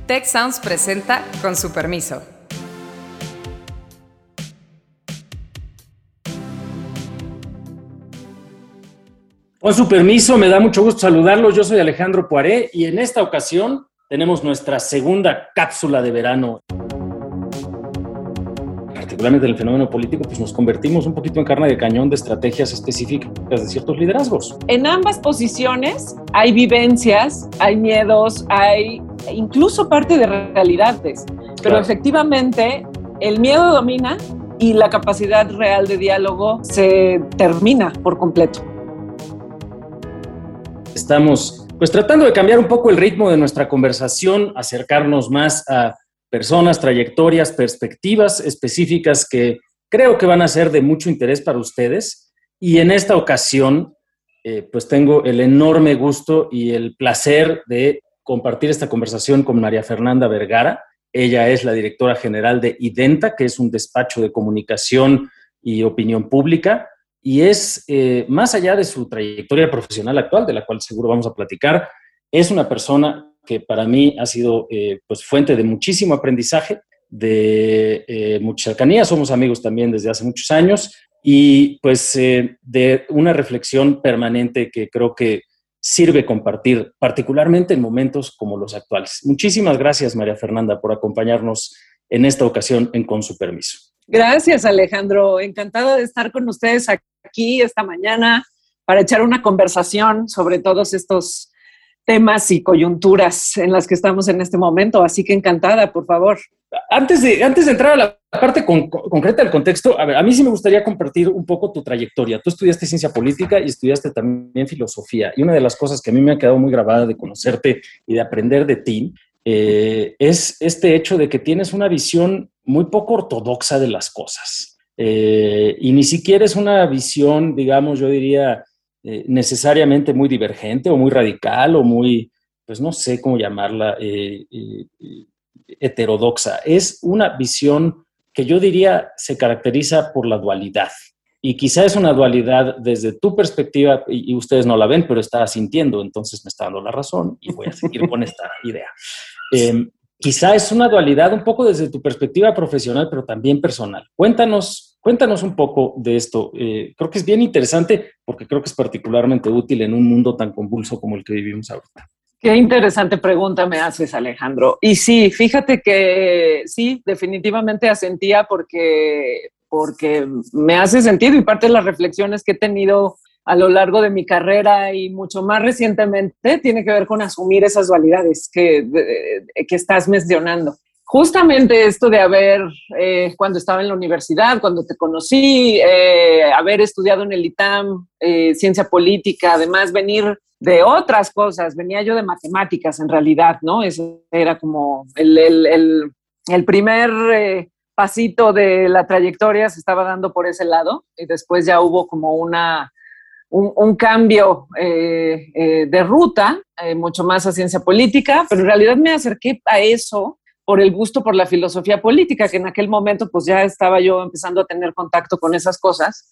Tech Sounds presenta Con su permiso. Con su permiso, me da mucho gusto saludarlos. Yo soy Alejandro Poiré y en esta ocasión tenemos nuestra segunda cápsula de verano. Particularmente en el fenómeno político, pues nos convertimos un poquito en carne de cañón de estrategias específicas de ciertos liderazgos. En ambas posiciones hay vivencias, hay miedos, hay incluso parte de realidades, pero efectivamente el miedo domina y la capacidad real de diálogo se termina por completo. Estamos pues tratando de cambiar un poco el ritmo de nuestra conversación, acercarnos más a personas, trayectorias, perspectivas específicas que creo que van a ser de mucho interés para ustedes. Y en esta ocasión, pues tengo el enorme gusto y el placer de compartir esta conversación con María Fernanda Vergara. Ella es la directora general de Identa, que es un despacho de comunicación y opinión pública. Y es, más allá de su trayectoria profesional actual, de la cual seguro vamos a platicar, es una persona que para mí ha sido pues fuente de muchísimo aprendizaje, de mucha cercanía. Somos amigos también desde hace muchos años y pues de una reflexión permanente que creo que sirve compartir, particularmente en momentos como los actuales. Muchísimas gracias, María Fernanda, por acompañarnos en esta ocasión en Con su permiso. Gracias, Alejandro. Encantada de estar con ustedes aquí esta mañana para echar una conversación sobre todos estos temas y coyunturas en las que estamos en este momento. Así que encantada, por favor. Antes de entrar a la parte concreta del contexto, a mí sí me gustaría compartir un poco tu trayectoria. Tú estudiaste ciencia política y estudiaste también filosofía. Y una de las cosas que a mí me ha quedado muy grabada de conocerte y de aprender de ti es este hecho de que tienes una visión muy poco ortodoxa de las cosas. Y ni siquiera es una visión, digamos, yo diría, necesariamente muy divergente o muy radical o muy, pues no sé cómo llamarla, heterodoxa. Es una visión que yo diría se caracteriza por la dualidad. Y quizá es una dualidad desde tu perspectiva, y ustedes no la ven, pero está sintiendo, entonces me está dando la razón y voy a seguir con esta idea. Quizá es una dualidad un poco desde tu perspectiva profesional, pero también personal. Cuéntanos un poco de esto. Creo que es bien interesante porque creo que es particularmente útil en un mundo tan convulso como el que vivimos ahorita. Qué interesante pregunta me haces, Alejandro. Y sí, fíjate que sí, definitivamente asentía porque me hace sentido y parte de las reflexiones que he tenido a lo largo de mi carrera y mucho más recientemente tiene que ver con asumir esas dualidades que estás mencionando. Justamente esto de haber, cuando estaba en la universidad, cuando te conocí, haber estudiado en el ITAM, ciencia política, además venir de otras cosas, venía yo de matemáticas en realidad, ¿no? Eso era como el primer pasito de la trayectoria se estaba dando por ese lado y después ya hubo como un cambio de ruta, mucho más a ciencia política, pero en realidad me acerqué a eso por el gusto por la filosofía política, que en aquel momento pues ya estaba yo empezando a tener contacto con esas cosas,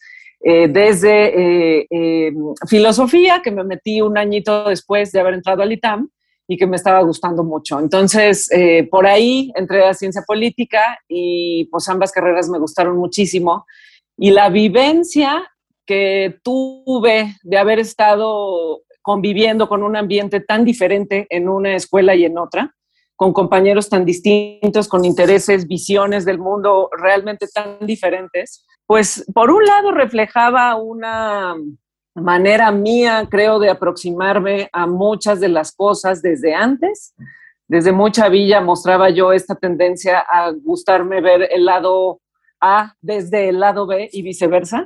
desde filosofía, que me metí un añito después de haber entrado al ITAM y que me estaba gustando mucho. Entonces, por ahí entré a ciencia política y pues ambas carreras me gustaron muchísimo. Y la vivencia que tuve de haber estado conviviendo con un ambiente tan diferente en una escuela y en otra, con compañeros tan distintos, con intereses, visiones del mundo realmente tan diferentes, pues por un lado reflejaba una manera mía, creo, de aproximarme a muchas de las cosas desde antes. Desde muy chavilla mostraba yo esta tendencia a gustarme ver el lado A desde el lado B y viceversa.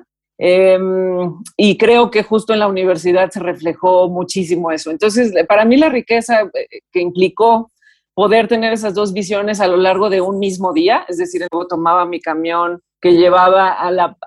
Y creo que justo en la universidad se reflejó muchísimo eso. Entonces, para mí la riqueza que implicó poder tener esas dos visiones a lo largo de un mismo día, es decir, yo tomaba mi camión que llevaba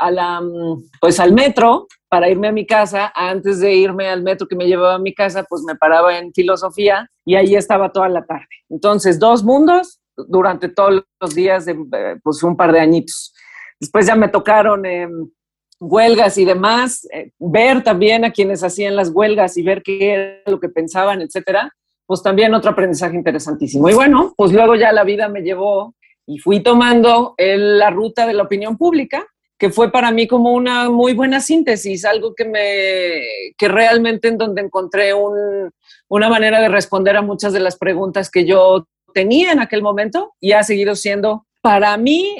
pues al metro para irme a mi casa. Antes de irme al metro que me llevaba a mi casa, pues me paraba en filosofía y ahí estaba toda la tarde. Entonces, dos mundos durante todos los días de pues un par de añitos. Después ya me tocaron huelgas y demás, ver también a quienes hacían las huelgas y ver qué era lo que pensaban, etcétera. pues también otro aprendizaje interesantísimo. Y bueno, pues luego ya la vida me llevó y fui tomando la ruta de la opinión pública, que fue para mí como una muy buena síntesis, algo que realmente en donde encontré una manera de responder a muchas de las preguntas que yo tenía en aquel momento y ha seguido siendo para mí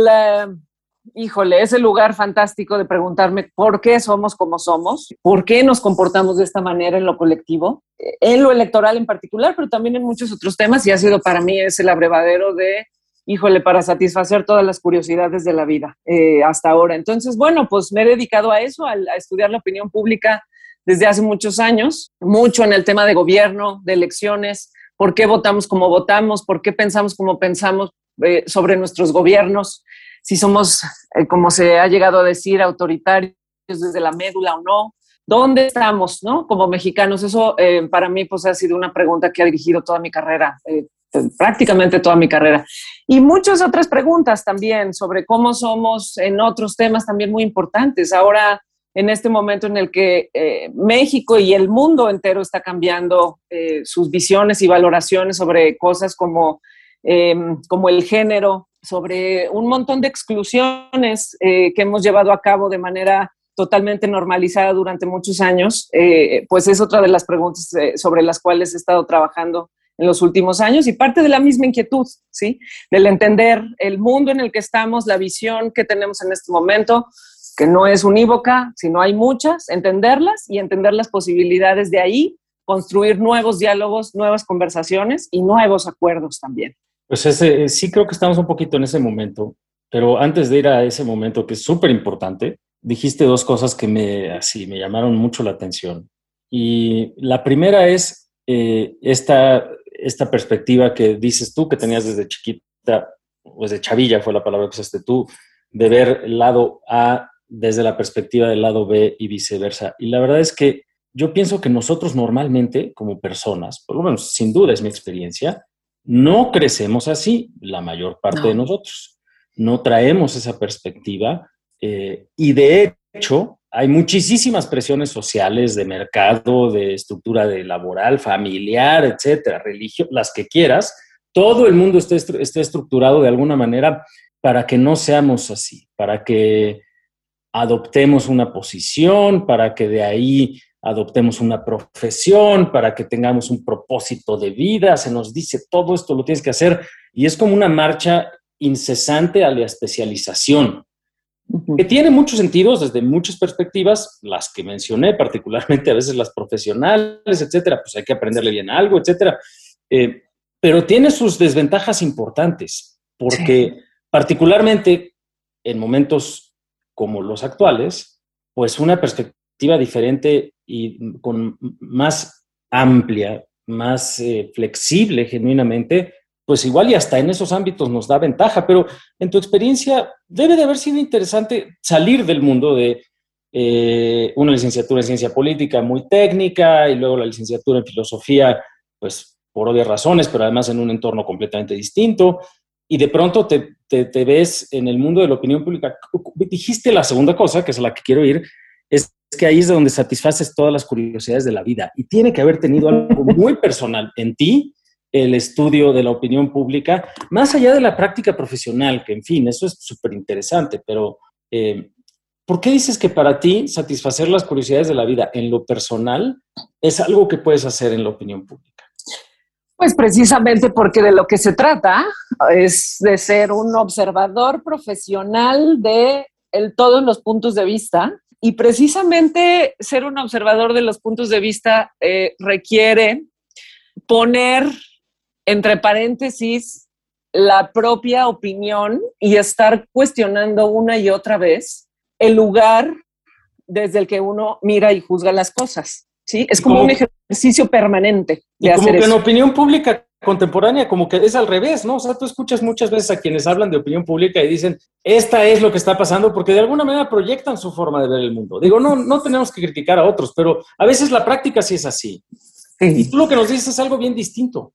ese lugar fantástico de preguntarme por qué somos como somos, por qué nos comportamos de esta manera en lo colectivo, en lo electoral en particular, pero también en muchos otros temas, y ha sido para mí ese el abrevadero de para satisfacer todas las curiosidades de la vida hasta ahora. Entonces, bueno, pues me he dedicado a eso, a estudiar la opinión pública desde hace muchos años, mucho en el tema de gobierno, de elecciones, por qué votamos como votamos, por qué pensamos como pensamos sobre nuestros gobiernos, si somos, como se ha llegado a decir, autoritarios desde la médula o no, ¿dónde estamos, no? Como mexicanos. Eso para mí pues ha sido una pregunta que ha dirigido toda mi carrera, prácticamente toda mi carrera. Y muchas otras preguntas también sobre cómo somos en otros temas también muy importantes. Ahora, en este momento en el que México y el mundo entero está cambiando sus visiones y valoraciones sobre cosas como el género, sobre un montón de exclusiones que hemos llevado a cabo de manera totalmente normalizada durante muchos años, pues es otra de las preguntas sobre las cuales he estado trabajando en los últimos años y parte de la misma inquietud, ¿sí? Del entender el mundo en el que estamos, la visión que tenemos en este momento, que no es unívoca, sino hay muchas, entenderlas y entender las posibilidades de ahí, construir nuevos diálogos, nuevas conversaciones y nuevos acuerdos también. Pues sí creo que estamos un poquito en ese momento, pero antes de ir a ese momento que es súper importante, dijiste dos cosas que me llamaron mucho la atención. Y la primera es esta perspectiva que dices tú que tenías desde chiquita, o desde chavilla fue la palabra que usaste tú, de ver el lado A desde la perspectiva del lado B y viceversa. Y la verdad es que yo pienso que nosotros normalmente, como personas, por lo menos sin duda es mi experiencia, no crecemos así, la mayor parte de nosotros. No traemos esa perspectiva y de hecho hay muchísimas presiones sociales de mercado, de estructura de laboral, familiar, etcétera, religión, las que quieras. Todo el mundo esté estructurado de alguna manera para que no seamos así, para que adoptemos una posición, para que de ahí adoptemos una profesión, para que tengamos un propósito de vida. Se nos dice todo esto lo tienes que hacer y es como una marcha incesante a la especialización, que tiene muchos sentidos desde muchas perspectivas, las que mencioné, particularmente a veces las profesionales, etcétera, pues hay que aprenderle bien algo, etcétera. Pero tiene sus desventajas importantes, porque particularmente en momentos como los actuales, pues una perspectiva diferente y con más amplia, más flexible genuinamente, pues igual y hasta en esos ámbitos nos da ventaja, pero en tu experiencia debe de haber sido interesante salir del mundo de una licenciatura en ciencia política muy técnica y luego la licenciatura en filosofía, pues por obvias razones, pero además en un entorno completamente distinto, y de pronto te ves en el mundo de la opinión pública. Dijiste la segunda cosa, que es a la que quiero ir, es que ahí es donde satisfaces todas las curiosidades de la vida, y tiene que haber tenido algo muy personal en ti, el estudio de la opinión pública, más allá de la práctica profesional, que en fin, eso es súper interesante, pero ¿por qué dices que para ti satisfacer las curiosidades de la vida en lo personal es algo que puedes hacer en la opinión pública? Pues precisamente porque de lo que se trata es de ser un observador profesional de todos los puntos de vista, y precisamente ser un observador de los puntos de vista requiere poner entre paréntesis la propia opinión y estar cuestionando una y otra vez el lugar desde el que uno mira y juzga las cosas, ¿sí? Es como un ejercicio permanente de hacer eso. Como que en opinión pública contemporánea, como que es al revés, ¿no? O sea, tú escuchas muchas veces a quienes hablan de opinión pública y dicen, esta es lo que está pasando, porque de alguna manera proyectan su forma de ver el mundo. Digo, no tenemos que criticar a otros, pero a veces la práctica sí es así. Sí. Y tú lo que nos dices es algo bien distinto.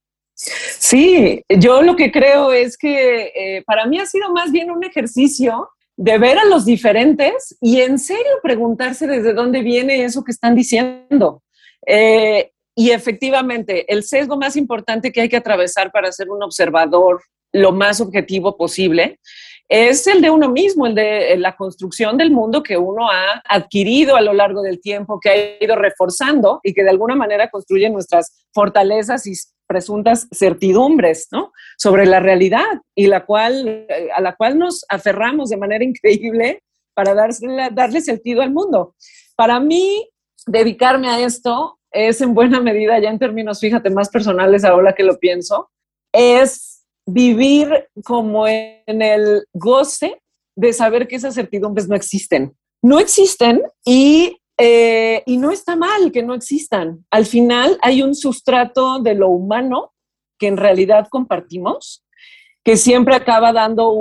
Sí, yo lo que creo es que para mí ha sido más bien un ejercicio de ver a los diferentes y en serio preguntarse desde dónde viene eso que están diciendo. Y efectivamente, el sesgo más importante que hay que atravesar para ser un observador lo más objetivo posible es el de uno mismo, el de la construcción del mundo que uno ha adquirido a lo largo del tiempo, que ha ido reforzando y que de alguna manera construye nuestras fortalezas y presuntas certidumbres, ¿no?, sobre la realidad y a la cual nos aferramos de manera increíble para darle sentido al mundo. Para mí, dedicarme a esto es en buena medida, ya en términos, fíjate, más personales ahora que lo pienso, es vivir como en el goce de saber que esas certidumbres no existen. No existen y no está mal que no existan. Al final hay un sustrato de lo humano que en realidad compartimos, que siempre acaba dando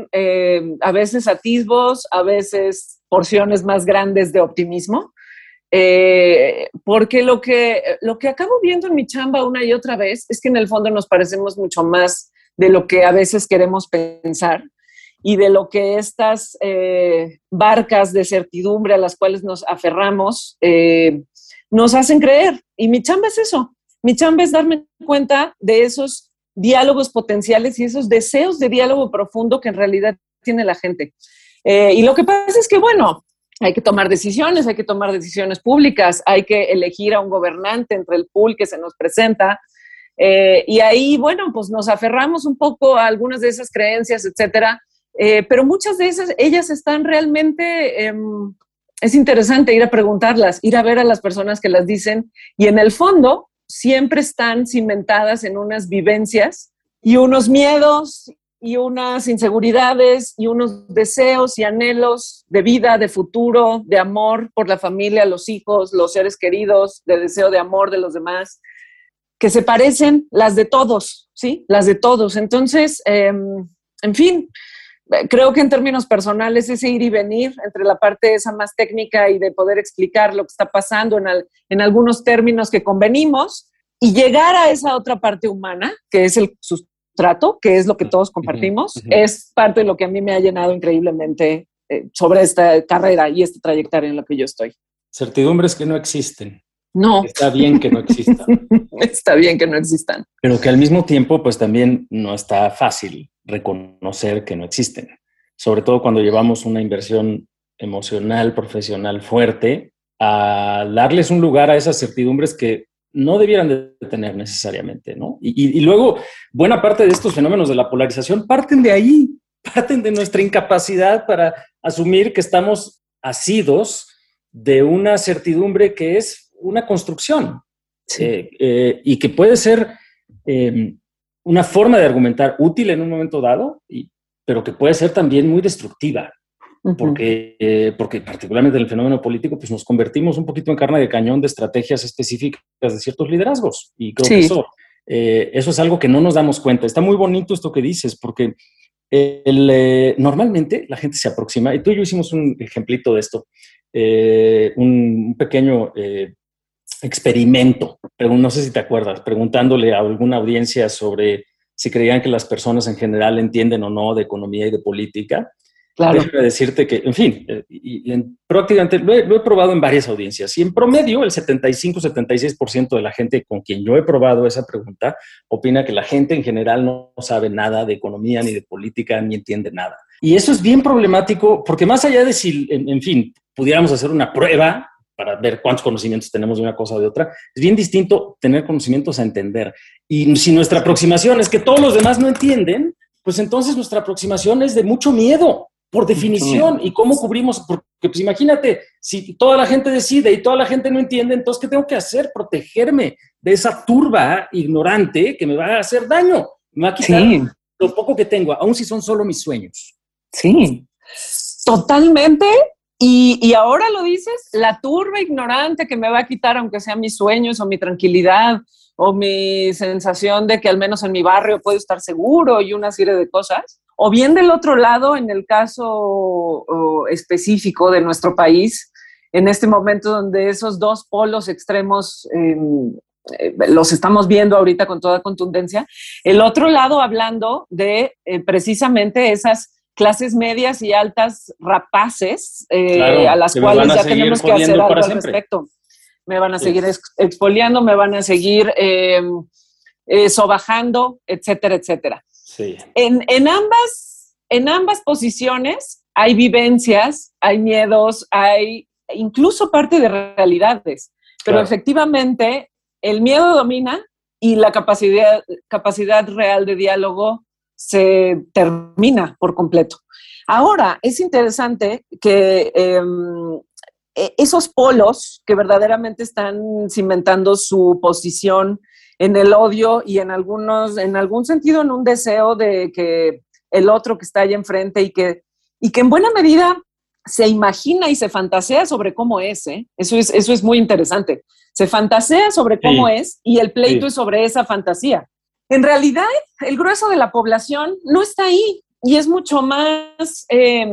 a veces atisbos, a veces porciones más grandes de optimismo. Porque lo que acabo viendo en mi chamba una y otra vez es que en el fondo nos parecemos mucho más de lo que a veces queremos pensar y de lo que estas barcas de certidumbre a las cuales nos aferramos nos hacen creer. Y mi chamba es eso. Mi chamba es darme cuenta de esos diálogos potenciales y esos deseos de diálogo profundo que en realidad tiene la gente. Y lo que pasa es que, bueno, hay que tomar decisiones públicas, hay que elegir a un gobernante entre el pool que se nos presenta. Y ahí, bueno, pues nos aferramos un poco a algunas de esas creencias, etcétera. Pero muchas de ellas están realmente, es interesante ir a preguntarlas, ir a ver a las personas que las dicen y en el fondo siempre están cimentadas en unas vivencias y unos miedos y unas inseguridades y unos deseos y anhelos de vida, de futuro, de amor por la familia, los hijos, los seres queridos, de deseo de amor de los demás, que se parecen las de todos, ¿sí? Las de todos. Entonces, en fin, creo que en términos personales ese ir y venir entre la parte esa más técnica y de poder explicar lo que está pasando en algunos términos que convenimos y llegar a esa otra parte humana, que es el sustrato, que es lo que todos compartimos, es parte de lo que a mí me ha llenado increíblemente sobre esta carrera y esta trayectoria en la que yo estoy. Certidumbres que no existen. No. Está bien que no existan. Está bien que no existan. Pero que al mismo tiempo, pues también no está fácil reconocer que no existen. Sobre todo cuando llevamos una inversión emocional, profesional fuerte, a darles un lugar a esas certidumbres que no debieran de tener necesariamente, ¿no? Y luego, buena parte de estos fenómenos de la polarización parten de ahí, parten de nuestra incapacidad para asumir que estamos asidos de una certidumbre que es una construcción, sí. Y que puede ser una forma de argumentar útil en un momento dado, pero que puede ser también muy destructiva, porque particularmente en el fenómeno político, pues nos convertimos un poquito en carne de cañón de estrategias específicas de ciertos liderazgos, y creo que eso es algo que no nos damos cuenta. Está muy bonito esto que dices, porque normalmente la gente se aproxima, y tú y yo hicimos un ejemplito de esto, un pequeño experimento, pero no sé si te acuerdas, preguntándole a alguna audiencia sobre si creían que las personas en general entienden o no de economía y de política. Claro. Déjame decirte que, en fin, proactivamente lo he probado en varias audiencias y en promedio el 75-76% de la gente con quien yo he probado esa pregunta opina que la gente en general no sabe nada de economía ni de política ni entiende nada. Y eso es bien problemático porque más allá de si, en fin, pudiéramos hacer una prueba para ver cuántos conocimientos tenemos de una cosa o de otra, es bien distinto tener conocimientos a entender. Y si nuestra aproximación es que todos los demás no entienden, pues entonces nuestra aproximación es de mucho miedo, por definición. ¿Y cómo cubrimos? Porque pues imagínate, si toda la gente decide y toda la gente no entiende, entonces ¿qué tengo que hacer? Protegerme de esa turba ignorante que me va a hacer daño, me va a quitar lo poco que tengo, aun si son solo mis sueños. Sí, totalmente. Y ahora lo dices, la turba ignorante que me va a quitar, aunque sean mis sueños o mi tranquilidad o mi sensación de que al menos en mi barrio puedo estar seguro y una serie de cosas. O bien del otro lado, en el caso específico de nuestro país, en este momento donde esos dos polos extremos los estamos viendo ahorita con toda contundencia, el otro lado hablando de precisamente esas clases medias y altas rapaces a las cuales ya tenemos que hacer algo al respecto. me van a seguir exfoliando, me van a seguir sobajando, etcétera, etcétera. Sí. En ambas posiciones hay vivencias, hay miedos, hay incluso parte de realidades, pero claro, efectivamente el miedo domina y la capacidad real de diálogo se termina por completo. Ahora, es interesante que esos polos que verdaderamente están cimentando su posición en el odio y en algún sentido en un deseo de que el otro que está allá enfrente y que en buena medida se imagina y se fantasea sobre cómo es, ¿eh? Eso es muy interesante. Se fantasea sobre cómo es y el pleito es sobre esa fantasía. En realidad, el grueso de la población no está ahí y es mucho más...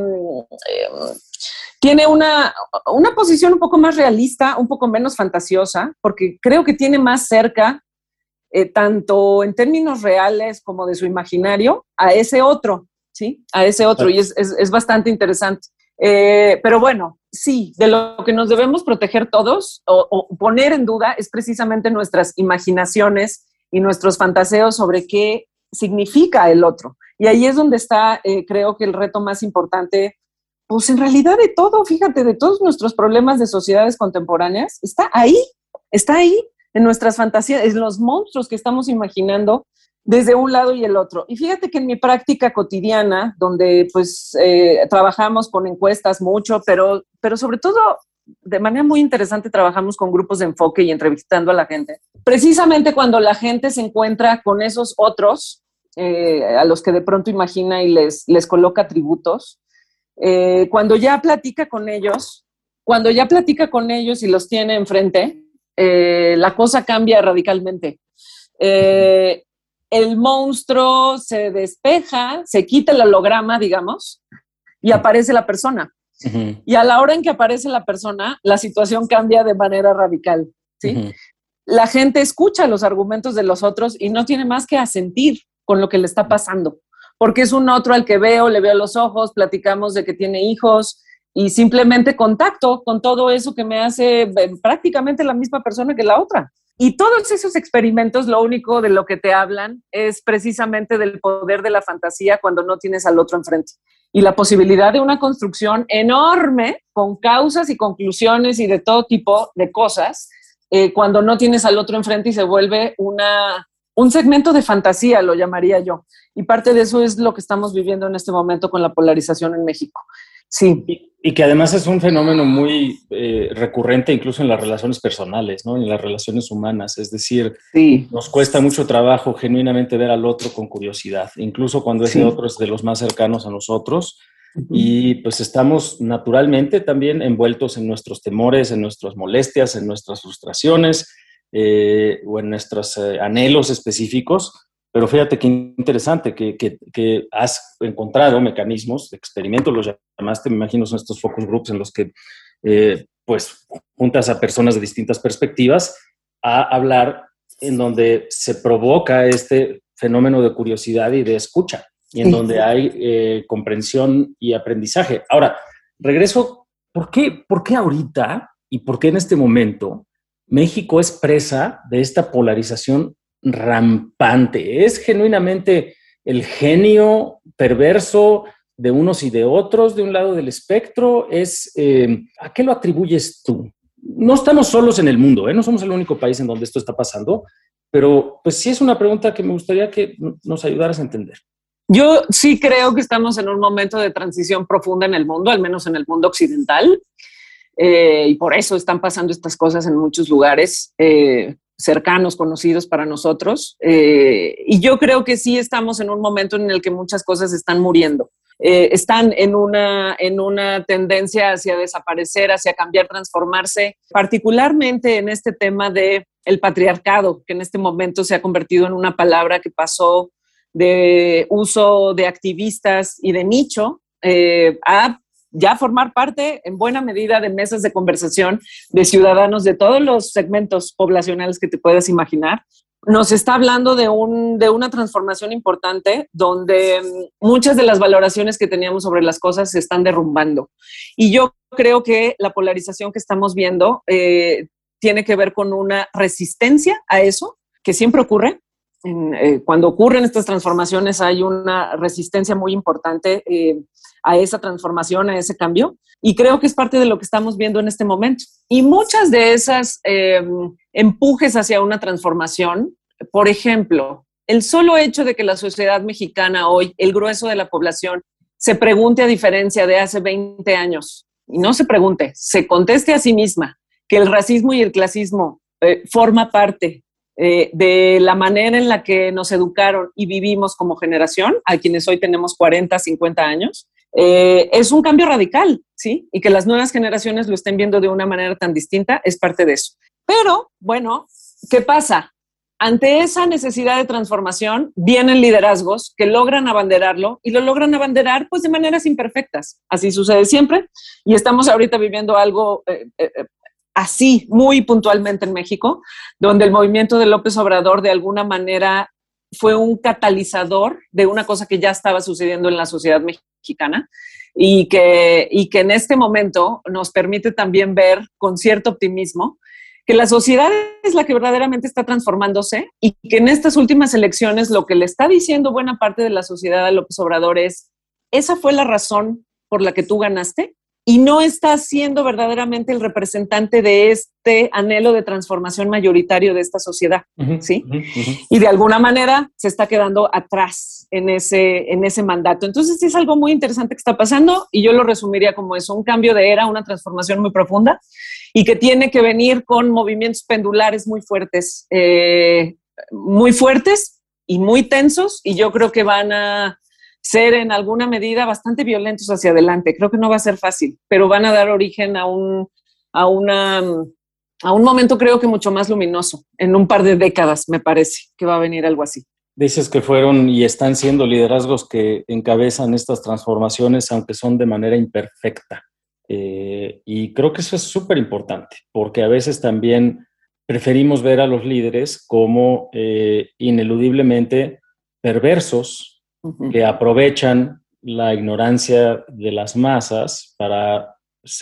tiene una posición un poco más realista, un poco menos fantasiosa, porque creo que tiene más cerca, tanto en términos reales como de su imaginario, a ese otro, ¿sí? A ese otro, y es bastante interesante. Pero bueno, sí, de lo que nos debemos proteger todos o poner en duda es precisamente nuestras imaginaciones y nuestros fantaseos sobre qué significa el otro. Y ahí es donde está, creo que el reto más importante, pues en realidad de todo, fíjate, de todos nuestros problemas de sociedades contemporáneas, está ahí, en nuestras fantasías, en los monstruos que estamos imaginando desde un lado y el otro. Y fíjate que en mi práctica cotidiana, donde pues trabajamos con encuestas mucho, pero sobre todo de manera muy interesante trabajamos con grupos de enfoque y entrevistando a la gente. Precisamente cuando la gente se encuentra con esos otros, a los que de pronto imagina y les coloca atributos, cuando ya platica con ellos y los tiene enfrente, la cosa cambia radicalmente. El monstruo se despeja, se quita el holograma, digamos, y aparece la persona. Uh-huh. Y a la hora en que aparece la persona, la situación cambia de manera radical, ¿sí? Uh-huh. La gente escucha los argumentos de los otros y no tiene más que asentir con lo que le está pasando, porque es un otro al que le veo los ojos, platicamos de que tiene hijos y simplemente contacto con todo eso que me hace prácticamente la misma persona que la otra. Y todos esos experimentos, lo único de lo que te hablan es precisamente del poder de la fantasía cuando no tienes al otro enfrente. Y la posibilidad de una construcción enorme con causas y conclusiones y de todo tipo de cosas cuando no tienes al otro enfrente y se vuelve un segmento de fantasía, lo llamaría yo. Y parte de eso es lo que estamos viviendo en este momento con la polarización en México. Sí. Y que además es un fenómeno muy recurrente incluso en las relaciones personales, ¿no? En las relaciones humanas. Es decir, nos cuesta mucho trabajo genuinamente ver al otro con curiosidad, incluso cuando ese otro es de los más cercanos a nosotros. Uh-huh. Y pues estamos naturalmente también envueltos en nuestros temores, en nuestras molestias, en nuestras frustraciones o en nuestros anhelos específicos. Pero fíjate qué interesante que has encontrado mecanismos de experimento, los llamaste, me imagino, son estos focus groups en los que pues juntas a personas de distintas perspectivas a hablar, en donde se provoca este fenómeno de curiosidad y de escucha, y en donde hay comprensión y aprendizaje. Ahora, regreso, ¿por qué ahorita y por qué en este momento México es presa de esta polarización rampante? ¿Es genuinamente el genio perverso de unos y de otros de un lado del espectro? ¿A qué lo atribuyes tú? No estamos solos en el mundo, no somos el único país en donde esto está pasando, pero pues sí es una pregunta que me gustaría que nos ayudaras a entender. Yo sí creo que estamos en un momento de transición profunda en el mundo, al menos en el mundo occidental, y por eso están pasando estas cosas en muchos lugares cercanos, conocidos para nosotros. Y yo creo que sí estamos en un momento en el que muchas cosas están muriendo. Están en una tendencia hacia desaparecer, hacia cambiar, transformarse, particularmente en este tema del patriarcado, que en este momento se ha convertido en una palabra que pasó de uso de activistas y de nicho a ya formar parte en buena medida de mesas de conversación de ciudadanos de todos los segmentos poblacionales que te puedas imaginar. Nos está hablando de una transformación importante donde muchas de las valoraciones que teníamos sobre las cosas se están derrumbando. Y yo creo que la polarización que estamos viendo tiene que ver con una resistencia a eso, que siempre ocurre. Cuando ocurren estas transformaciones hay una resistencia muy importante a esa transformación, a ese cambio, y creo que es parte de lo que estamos viendo en este momento. Y muchas de esas empujes hacia una transformación, por ejemplo, el solo hecho de que la sociedad mexicana hoy, el grueso de la población, se pregunte a diferencia de hace 20 años, y no se pregunte, se conteste a sí misma que el racismo y el clasismo forma parte de la manera en la que nos educaron y vivimos como generación, a quienes hoy tenemos 40, 50 años, es un cambio radical, ¿sí? Y que las nuevas generaciones lo estén viendo de una manera tan distinta es parte de eso. Pero, bueno, ¿qué pasa? Ante esa necesidad de transformación vienen liderazgos que logran abanderarlo y lo logran abanderar pues de maneras imperfectas. Así sucede siempre y estamos ahorita viviendo algo así muy puntualmente en México, donde el movimiento de López Obrador de alguna manera fue un catalizador de una cosa que ya estaba sucediendo en la sociedad mexicana y que en este momento nos permite también ver con cierto optimismo que la sociedad es la que verdaderamente está transformándose y que en estas últimas elecciones lo que le está diciendo buena parte de la sociedad a López Obrador es, esa fue la razón por la que tú ganaste y no estás siendo verdaderamente el representante de este anhelo de transformación mayoritario de esta sociedad, ¿sí? Y de alguna manera se está quedando atrás en ese mandato. Entonces es algo muy interesante que está pasando y yo lo resumiría como eso, un cambio de era, una transformación muy profunda y que tiene que venir con movimientos pendulares muy fuertes y muy tensos y yo creo que van a ser en alguna medida bastante violentos hacia adelante. Creo que no va a ser fácil, pero van a dar origen a un momento creo que mucho más luminoso. En un par de décadas me parece que va a venir algo así. Dices que fueron y están siendo liderazgos que encabezan estas transformaciones, aunque son de manera imperfecta. Y creo que eso es súper importante, porque a veces también preferimos ver a los líderes como ineludiblemente perversos, que aprovechan la ignorancia de las masas para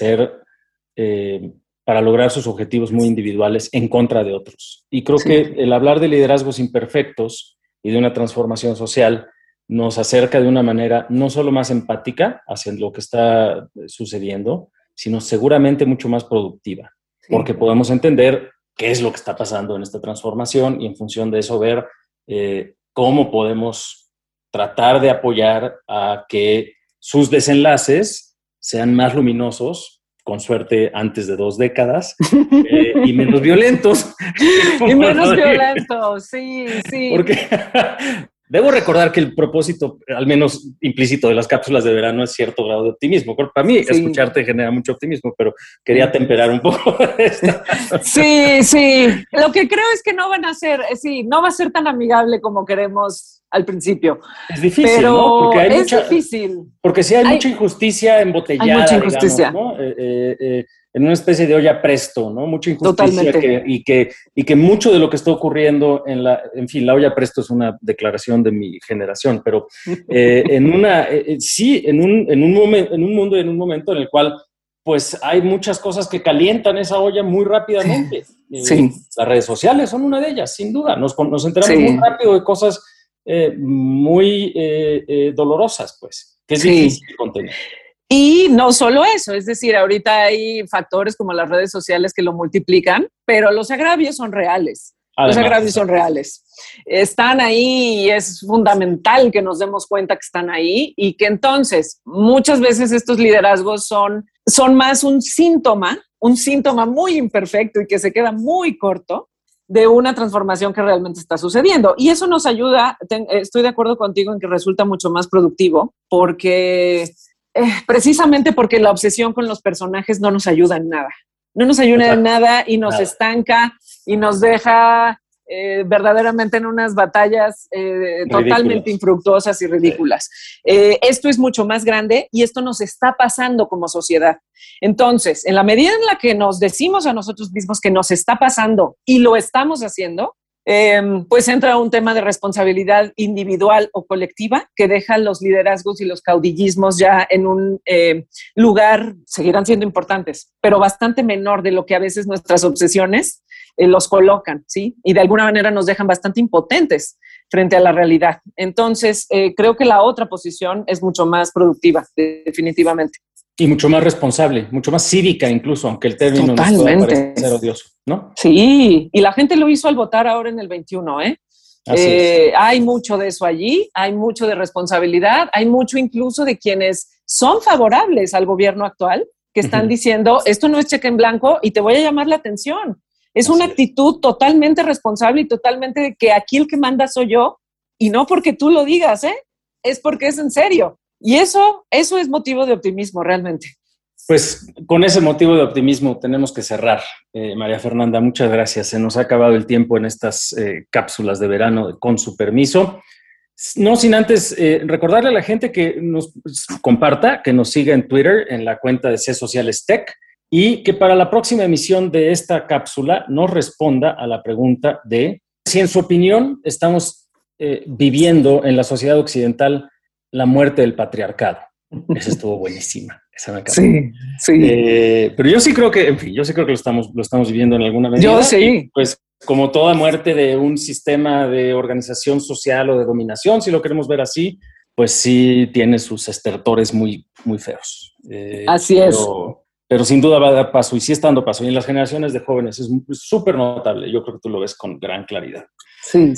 lograr sus objetivos muy individuales en contra de otros. Y creo que el hablar de liderazgos imperfectos y de una transformación social nos acerca de una manera no solo más empática hacia lo que está sucediendo, sino seguramente mucho más productiva, porque podemos entender qué es lo que está pasando en esta transformación y en función de eso ver cómo podemos tratar de apoyar a que sus desenlaces sean más luminosos, con suerte antes de 2 décadas, y menos violentos. Y menos violentos, sí. Porque debo recordar que el propósito, al menos implícito, de las cápsulas de verano es cierto grado de optimismo. Para mí, escucharte genera mucho optimismo, pero quería temperar un poco esta. Sí. Lo que creo es que no van a ser, no va a ser tan amigable como queremos al principio. Es difícil, pero ¿no? Porque hay difícil. Porque sí hay mucha injusticia embotellada, hay mucha injusticia. Digamos, ¿no? En una especie de olla presto, ¿no? Mucha injusticia. Totalmente. que mucho de lo que está ocurriendo la olla presto es una declaración de mi generación, pero en un momento en el cual pues hay muchas cosas que calientan esa olla muy rápidamente. Las redes sociales son una de ellas, sin duda. Nos enteramos muy rápido de cosas muy dolorosas, pues, que es difícil contener. Y no solo eso, es decir, ahorita hay factores como las redes sociales que lo multiplican, pero los agravios son reales. Además, los agravios son reales. Están ahí y es fundamental que nos demos cuenta que están ahí y que entonces muchas veces estos liderazgos son más un síntoma muy imperfecto y que se queda muy corto de una transformación que realmente está sucediendo. Y eso nos ayuda, estoy de acuerdo contigo en que resulta mucho más productivo porque precisamente porque la obsesión con los personajes no nos ayuda en nada. No nos ayuda en nada y nos estanca y nos deja verdaderamente en unas batallas totalmente infructuosas y ridículas. Esto es mucho más grande y esto nos está pasando como sociedad. Entonces, en la medida en la que nos decimos a nosotros mismos que nos está pasando y lo estamos haciendo, pues entra un tema de responsabilidad individual o colectiva que deja los liderazgos y los caudillismos ya en un lugar, seguirán siendo importantes, pero bastante menor de lo que a veces nuestras obsesiones los colocan, ¿sí? Y de alguna manera nos dejan bastante impotentes frente a la realidad. Entonces, creo que la otra posición es mucho más productiva, definitivamente. Y mucho más responsable, mucho más cívica incluso, aunque el término nos pueda parecer odioso, ¿no? Sí, y la gente lo hizo al votar ahora en el 21, ¿eh? Hay mucho de eso allí, hay mucho de responsabilidad, hay mucho incluso de quienes son favorables al gobierno actual, que están diciendo, esto no es cheque en blanco y te voy a llamar la atención. Es una actitud totalmente responsable y totalmente de que aquí el que manda soy yo, y no porque tú lo digas, es porque es en serio. Y eso es motivo de optimismo realmente. Pues con ese motivo de optimismo tenemos que cerrar. María Fernanda, muchas gracias. Se nos ha acabado el tiempo en estas cápsulas de verano con su permiso. No sin antes recordarle a la gente que nos comparta, que nos siga en Twitter en la cuenta de C Sociales Tech y que para la próxima emisión de esta cápsula nos responda a la pregunta de si en su opinión estamos viviendo en la sociedad occidental la muerte del patriarcado. Esa estuvo buenísima. Esa me encantó. Sí. Pero yo sí creo que, en fin, yo sí creo que lo estamos viviendo en alguna medida. Yo sí. Y, pues como toda muerte de un sistema de organización social o de dominación, si lo queremos ver así, pues sí tiene sus estertores muy, muy feos. Así es. Pero sin duda va a dar paso y sí está dando paso. Y en las generaciones de jóvenes es súper notable. Yo creo que tú lo ves con gran claridad. Sí.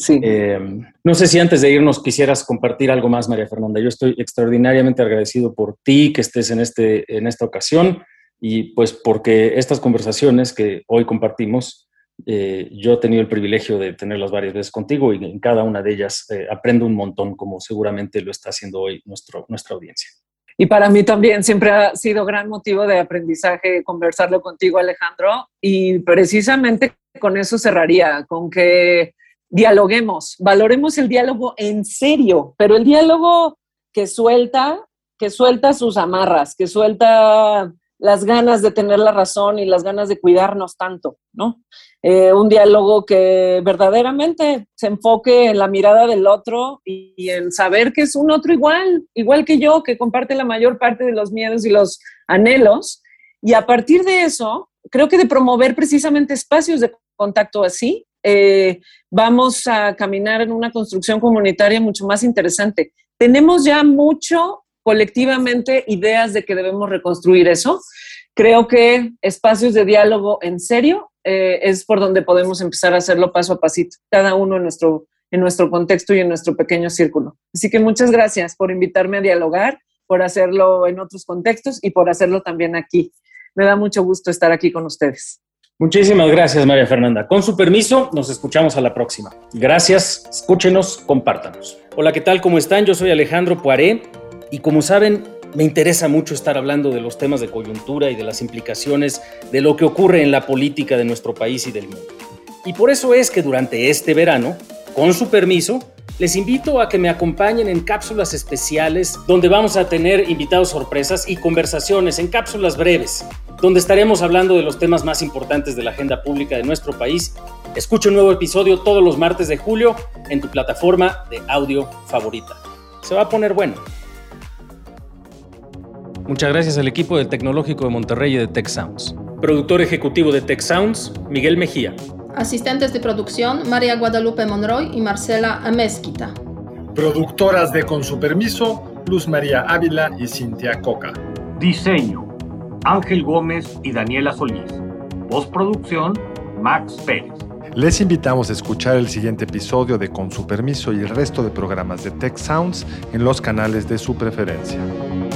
No sé si antes de irnos quisieras compartir algo más, María Fernanda. Yo estoy extraordinariamente agradecido por ti que estés en esta ocasión y pues porque estas conversaciones que hoy compartimos, yo he tenido el privilegio de tenerlas varias veces contigo y en cada una de ellas aprendo un montón, como seguramente lo está haciendo hoy nuestra audiencia. Y para mí también siempre ha sido gran motivo de aprendizaje conversarlo contigo, Alejandro, y precisamente con eso cerraría, con que dialoguemos, valoremos el diálogo en serio, pero el diálogo que suelta sus amarras, que suelta las ganas de tener la razón y las ganas de cuidarnos tanto, ¿no? Un diálogo que verdaderamente se enfoque en la mirada del otro y en saber que es un otro igual que yo, que comparte la mayor parte de los miedos y los anhelos. Y a partir de eso, creo que de promover precisamente espacios de contacto así, vamos a caminar en una construcción comunitaria mucho más interesante. Tenemos ya mucho colectivamente ideas de que debemos reconstruir eso. Creo que espacios de diálogo en serio es por donde podemos empezar a hacerlo paso a pasito, cada uno en nuestro contexto y en nuestro pequeño círculo. Así que muchas gracias por invitarme a dialogar, por hacerlo en otros contextos y por hacerlo también aquí. Me da mucho gusto estar aquí con ustedes. Muchísimas gracias, María Fernanda. Con su permiso, nos escuchamos a la próxima. Gracias, escúchenos, compártanos. Hola, ¿qué tal? ¿Cómo están? Yo soy Alejandro Poiré y como saben, me interesa mucho estar hablando de los temas de coyuntura y de las implicaciones de lo que ocurre en la política de nuestro país y del mundo. Y por eso es que durante este verano, con su permiso, les invito a que me acompañen en cápsulas especiales donde vamos a tener invitados sorpresas y conversaciones en cápsulas breves, donde estaremos hablando de los temas más importantes de la agenda pública de nuestro país. Escucha un nuevo episodio todos los martes de julio en tu plataforma de audio favorita. Se va a poner bueno. Muchas gracias al equipo del Tecnológico de Monterrey y de Tech Sounds. Productor ejecutivo de Tech Sounds, Miguel Mejía. Asistentes de producción, María Guadalupe Monroy y Marcela Amezquita. Productoras de Con su permiso, Luz María Ávila y Cintia Coca. Diseño, Ángel Gómez y Daniela Solís. Postproducción, Max Pérez. Les invitamos a escuchar el siguiente episodio de Con su permiso y el resto de programas de Tech Sounds en los canales de su preferencia.